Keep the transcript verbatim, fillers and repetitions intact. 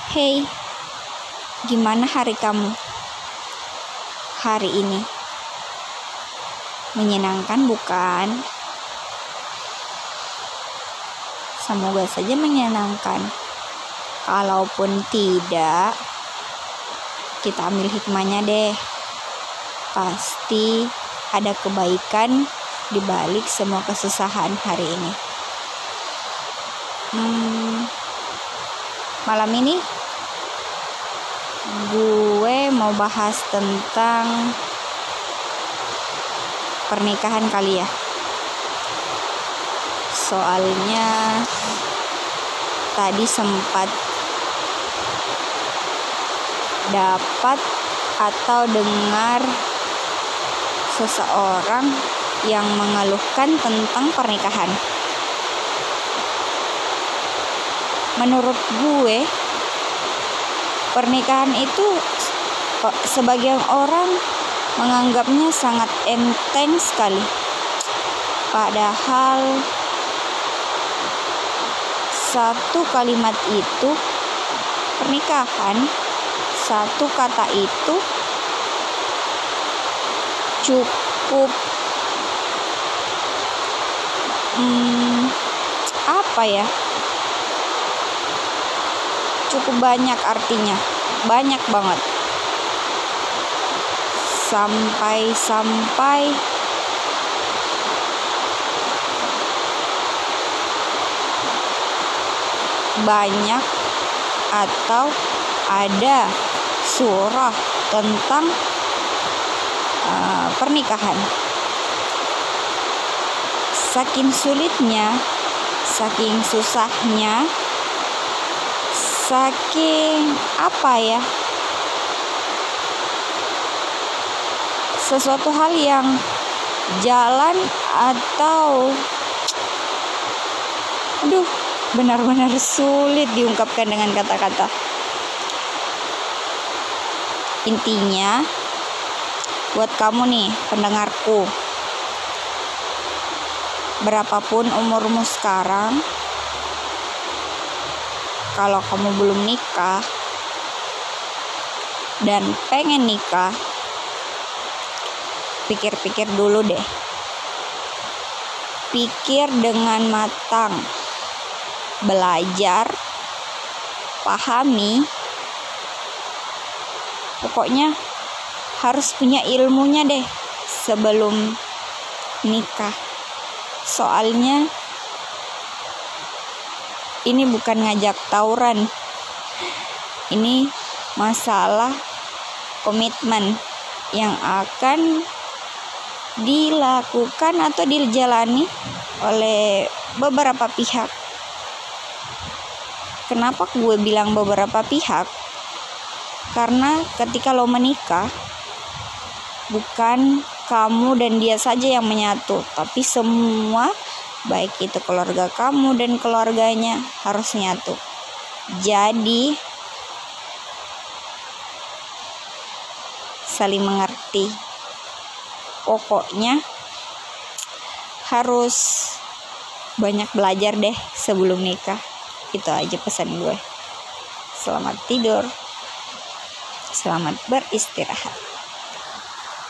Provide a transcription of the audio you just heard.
Hey, gimana hari kamu hari ini? Menyenangkan bukan? Semoga saja menyenangkan. Kalaupun tidak, kita ambil hikmahnya deh. Pasti ada kebaikan di balik semua kesusahan hari ini. Hmm, malam ini gue mau bahas tentang pernikahan kali ya. Soalnya tadi sempat dapat atau dengar seseorang yang mengeluhkan tentang pernikahan. Menurut gue, pernikahan itu sebagian orang menganggapnya sangat enteng sekali. Padahal satu kalimat itu, pernikahan, satu kata itu cukup hmm, apa ya? Cukup banyak artinya, banyak banget. Sampai-sampai banyak atau ada surah tentang uh, pernikahan. Saking sulitnya, saking susahnya, saking apa ya, sesuatu hal yang jalan atau aduh benar-benar sulit diungkapkan dengan kata-kata. Intinya buat kamu nih pendengarku, berapapun umurmu sekarang, kalau kamu belum nikah dan pengen nikah, pikir-pikir dulu deh. Pikir dengan matang. Belajar, pahami. Pokoknya harus punya ilmunya deh sebelum nikah. Soalnya ini bukan ngajak tawuran. Ini masalah komitmen yang akan dilakukan atau dijalani oleh beberapa pihak. Kenapa gue bilang beberapa pihak? Karena ketika lo menikah, bukan kamu dan dia saja yang menyatu, tapi semua, baik itu keluarga kamu dan keluarganya, harus nyatu. Jadi saling mengerti. Pokoknya harus banyak belajar deh sebelum nikah. Itu aja pesan gue. Selamat tidur. Selamat beristirahat.